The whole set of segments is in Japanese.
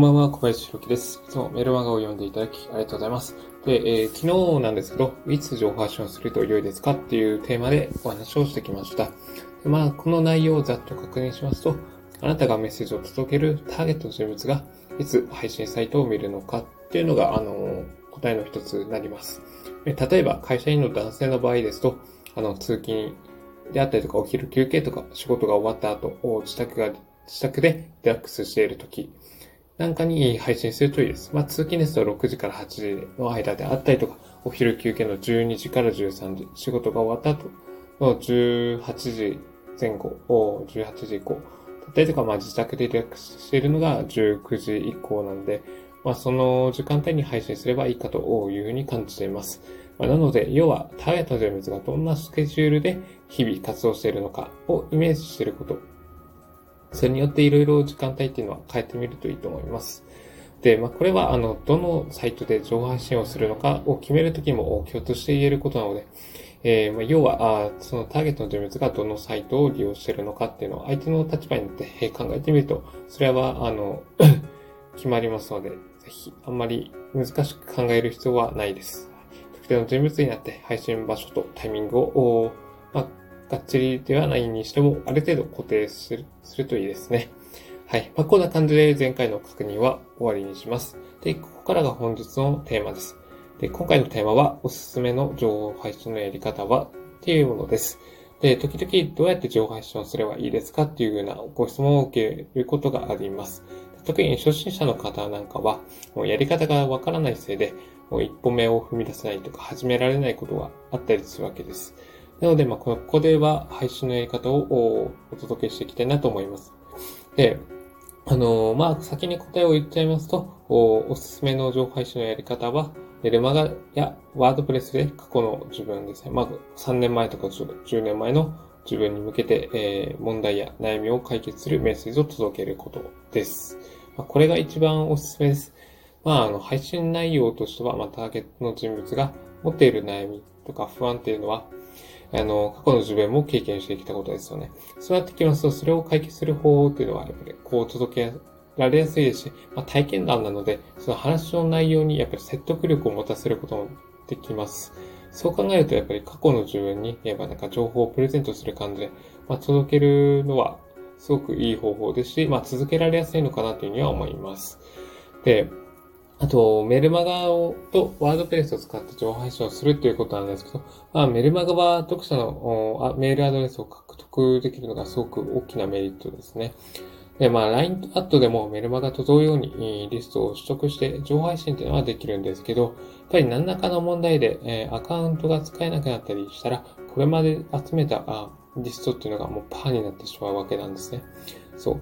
んばんは、小林弘樹です。いつもメルマガを読んでいただきありがとうございます。で、昨日なんですけど、いつ情報発信をすると良いですかっていうテーマでお話をしてきました。でこの内容をざっと確認しますと、あなたがメッセージを届けるターゲットの人物がいつ配信サイトを見るのかっていうのが、答えの一つになります。例えば、会社員の男性の場合ですと、通勤であったりとか、お昼休憩とか、仕事が終わった後、自宅でリラックスしているとき、なんかに配信するといいです。通勤ですと6時から8時の間であったりとか、お昼休憩の12時から13時、仕事が終わった後の18時前後、18時以降、だったりとか、自宅でリラックスしているのが19時以降なので、その時間帯に配信すればいいかというふうに感じています。なので、要はターゲットの人物がどんなスケジュールで日々活動しているのかをイメージしていること。それによっていろいろ時間帯っていうのは変えてみるといいと思います。で、これはどのサイトで情報発信をするのかを決めるときも共通して言えることなので、要はそのターゲットの人物がどのサイトを利用しているのかっていうのを相手の立場になって考えてみると、それは決まりますので、ぜひあんまり難しく考える必要はないです。特定の人物になって配信場所とタイミングを、がっちりではないにしても、ある程度固定するといいですね。はい。こんな感じで前回の確認は終わりにします。で、ここからが本日のテーマです。で、今回のテーマは、おすすめの情報配信のやり方はっていうものです。で、時々どうやって情報配信をすればいいですかっていうようなご質問を受けることがあります。特に初心者の方なんかは、もうやり方がわからないせいで、もう一歩目を踏み出せないとか始められないことがあったりするわけです。なので、ここでは配信のやり方をお届けしていきたいなと思います。で、先に答えを言っちゃいますと、おすすめの情報配信のやり方は、メルマガやワードプレスで過去の自分ですね。3年前とか10年前の自分に向けて、問題や悩みを解決するメッセージを届けることです。これが一番おすすめです。配信内容としては、ターゲットの人物が持っている悩みとか不安っていうのは、過去の自分も経験してきたことですよね。そうなってきますと、それを解決する方法っていうのは、やっぱり届けられやすいですし、体験談なので、その話の内容にやっぱり説得力を持たせることもできます。そう考えると、やっぱり過去の自分に、情報をプレゼントする感じで、届けるのはすごくいい方法ですし、続けられやすいのかなというふうには思います。で、あと、メルマガとワードプレスを使って情報配信をするっていうことなんですけど、メルマガは読者のメールアドレスを獲得できるのがすごく大きなメリットですね。で、LINE アットでもメルマガと同様にリストを取得して情報配信っていうのはできるんですけど、やっぱり何らかの問題でアカウントが使えなくなったりしたら、これまで集めたリストっていうのがもうパーになってしまうわけなんですね。そう。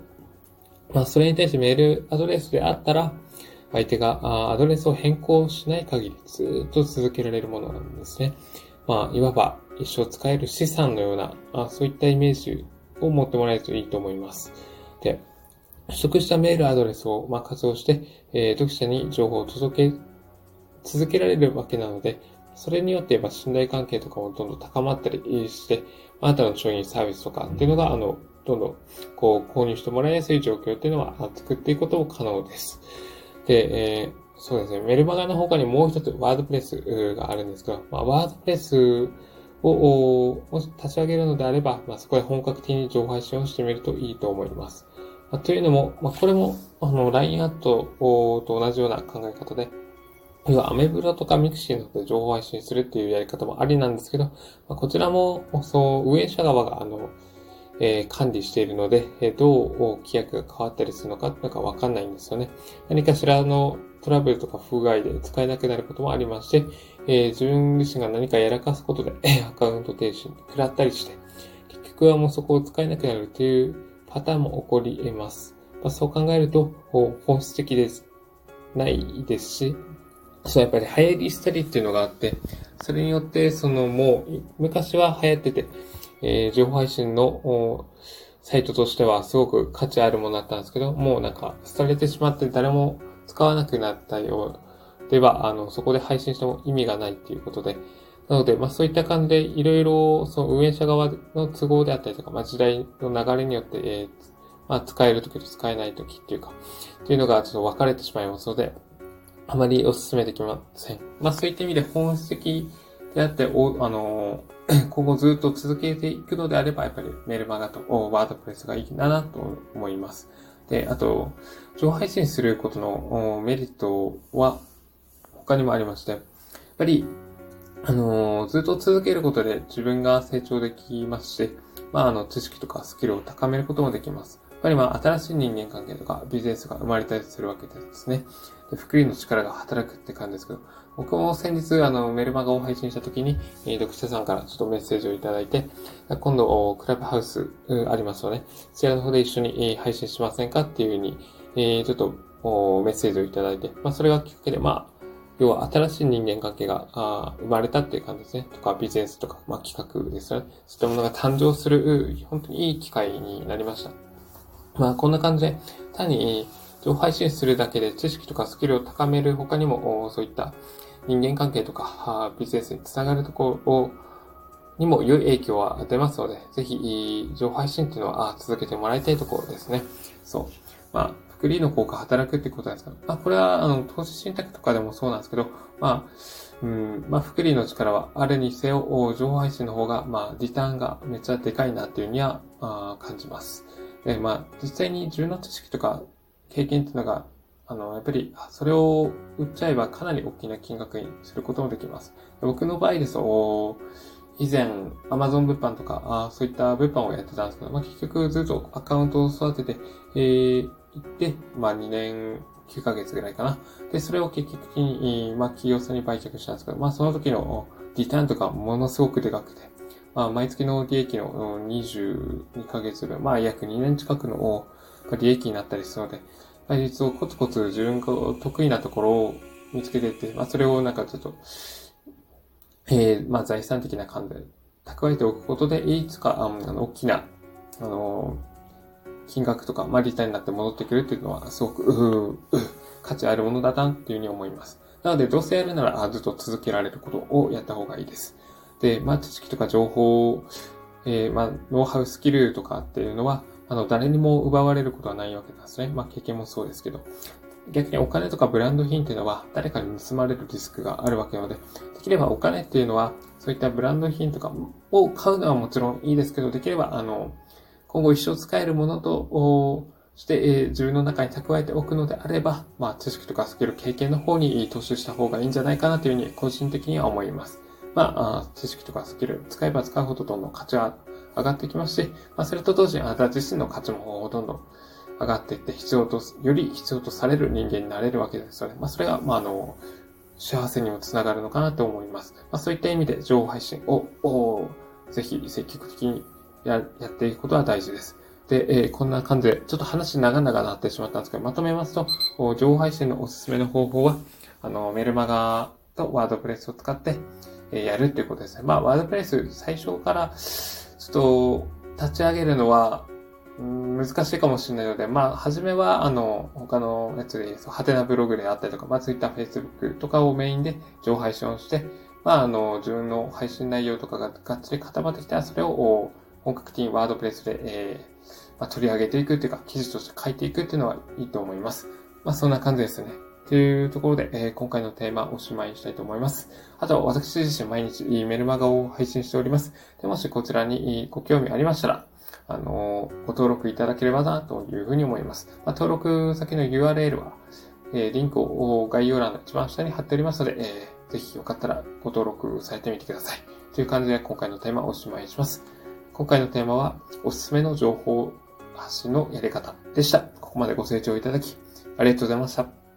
それに対してメールアドレスであったら、相手がアドレスを変更しない限りずっと続けられるものなんですね。いわば一生使える資産のような、そういったイメージを持ってもらえるといいと思います。で、取得したメールアドレスを活用して、読者に情報を届け続けられるわけなので、それによって信頼関係とかもどんどん高まったりして、あなたの商品サービスとかっていうのが、どんどん購入してもらいやすい状況っていうのは作っていくことも可能です。で、そうですね。メルマガの他にもう一つワードプレスがあるんですけど、ワードプレスをもし立ち上げるのであれば、そこで本格的に情報配信をしてみるといいと思います。というのも、これも、LINE アットと同じような考え方で、要はアメブロとかミクシーなどで情報配信するっていうやり方もありなんですけど、こちらも、運営者側が、管理しているので、どう規約が変わったりするのかっていうのがわかんないんですよね。何かしらのトラブルとか不具合で使えなくなることもありまして、自分自身が何かやらかすことでアカウント停止に食らったりして、結局はもうそこを使えなくなるというパターンも起こり得ます。そう考えると、本質的ですないですし、やっぱり流行り廃りっていうのがあって、それによって、もう、昔は流行ってて、情報配信のサイトとしてはすごく価値あるものだったんですけど、もう廃れてしまって誰も使わなくなったようでは、そこで配信しても意味がないっていうことで、なので、そういった感じで、いろいろ、運営者側の都合であったりとか、時代の流れによって、 使えるときと使えないときっていうか、っていうのがちょっと分かれてしまいますので、あまりお勧めできません。そういった意味で本質的であって、今後ずっと続けていくのであれば、やっぱりメルマガとワードプレスがいいなと思います。で、あと、情報配信することのメリットは他にもありまして、やっぱり、ずっと続けることで自分が成長できますし、知識とかスキルを高めることもできます。やっぱり新しい人間関係とかビジネスが生まれたりするわけですね。で、福利の力が働くって感じですけど、僕も先日、メルマガを配信した時に、読者さんからちょっとメッセージをいただいて、今度、クラブハウス、ありますよね。そちらの方で一緒に配信しませんかっていうふうに、ちょっと、メッセージをいただいて、それがきっかけで、要は新しい人間関係が生まれたっていう感じですね。とか、ビジネスとか、企画ですよね。そういったものが誕生する、本当にいい機会になりました。こんな感じで、単に情報配信するだけで知識とかスキルを高める他にも、そういった人間関係とか、ビジネスにつながるところにも良い影響は出ますので、ぜひ、情報配信っていうのは続けてもらいたいところですね。そう。福利の効果働くってことですから。これは、投資信託とかでもそうなんですけど、福利の力はあるにせよ、情報配信の方が、リターンがめっちゃでかいなっていうには、感じます。で、実際に自分の知識とか経験っていうのが、やっぱり、それを売っちゃえばかなり大きな金額にすることもできます。僕の場合ですと、以前、Amazon 物販とか、そういった物販をやってたんですけど、結局ずっとアカウントを育てて、行って、2年9ヶ月ぐらいかな。で、それを結局的に、企業さんに売却したんですけど、その時のリターンとかものすごくでかくて、毎月の利益の22ヶ月分、約2年近くの利益になったりするので、実をコツコツ自分が得意なところを見つけていって、それをちょっと、財産的な感じで蓄えておくことで、いつか、大きな、金額とか、リターンになって戻ってくるっていうのは、すごく、価値あるものだなっていうふうに思います。なので、どうせやるなら、ずっと続けられることをやった方がいいです。で、知識とか情報、ノウハウ、スキルとかっていうのは、誰にも奪われることはないわけなんですね。経験もそうですけど。逆にお金とかブランド品っていうのは誰かに盗まれるリスクがあるわけなので、できればお金っていうのはそういったブランド品とかを買うのはもちろんいいですけど、できれば今後一生使えるものとして、自分の中に蓄えておくのであれば、知識とかスキル経験の方に投資した方がいいんじゃないかなというふうに個人的には思います。知識とかスキル使えば使うほどどんどん価値は上がってきますし、それと同時にあなた自身の価値もどんどん上がっていって、より必要とされる人間になれるわけですよね。それが、幸せにもつながるのかなと思います。そういった意味で情報配信を、ぜひ積極的にやっていくことは大事です。で、こんな感じで、ちょっと話長々なってしまったんですけど、まとめますと、情報配信のおすすめの方法は、メルマガとワードプレスを使って、やるっていうことですね。ワードプレス最初から、ちょっと立ち上げるのは、難しいかもしれないので、初めは、他のやつで、ハテナブログであったりとか、Twitter、Facebook とかをメインで情報配信をして、自分の配信内容とかががっつり固まってきたら、それを本格的にワードプレスで、取り上げていくっていうか、記事として書いていくっていうのはいいと思います。そんな感じですね。というところで、今回のテーマおしまいにしたいと思います。あとは私自身毎日メルマガを配信しております。でもしこちらにご興味ありましたら、ご登録いただければなというふうに思います。登録先の URL は、リンクを概要欄の一番下に貼っておりますので、ぜひよかったらご登録されてみてください。という感じで今回のテーマをおしまいにします。今回のテーマはおすすめの情報発信のやり方でした。ここまでご清聴いただきありがとうございました。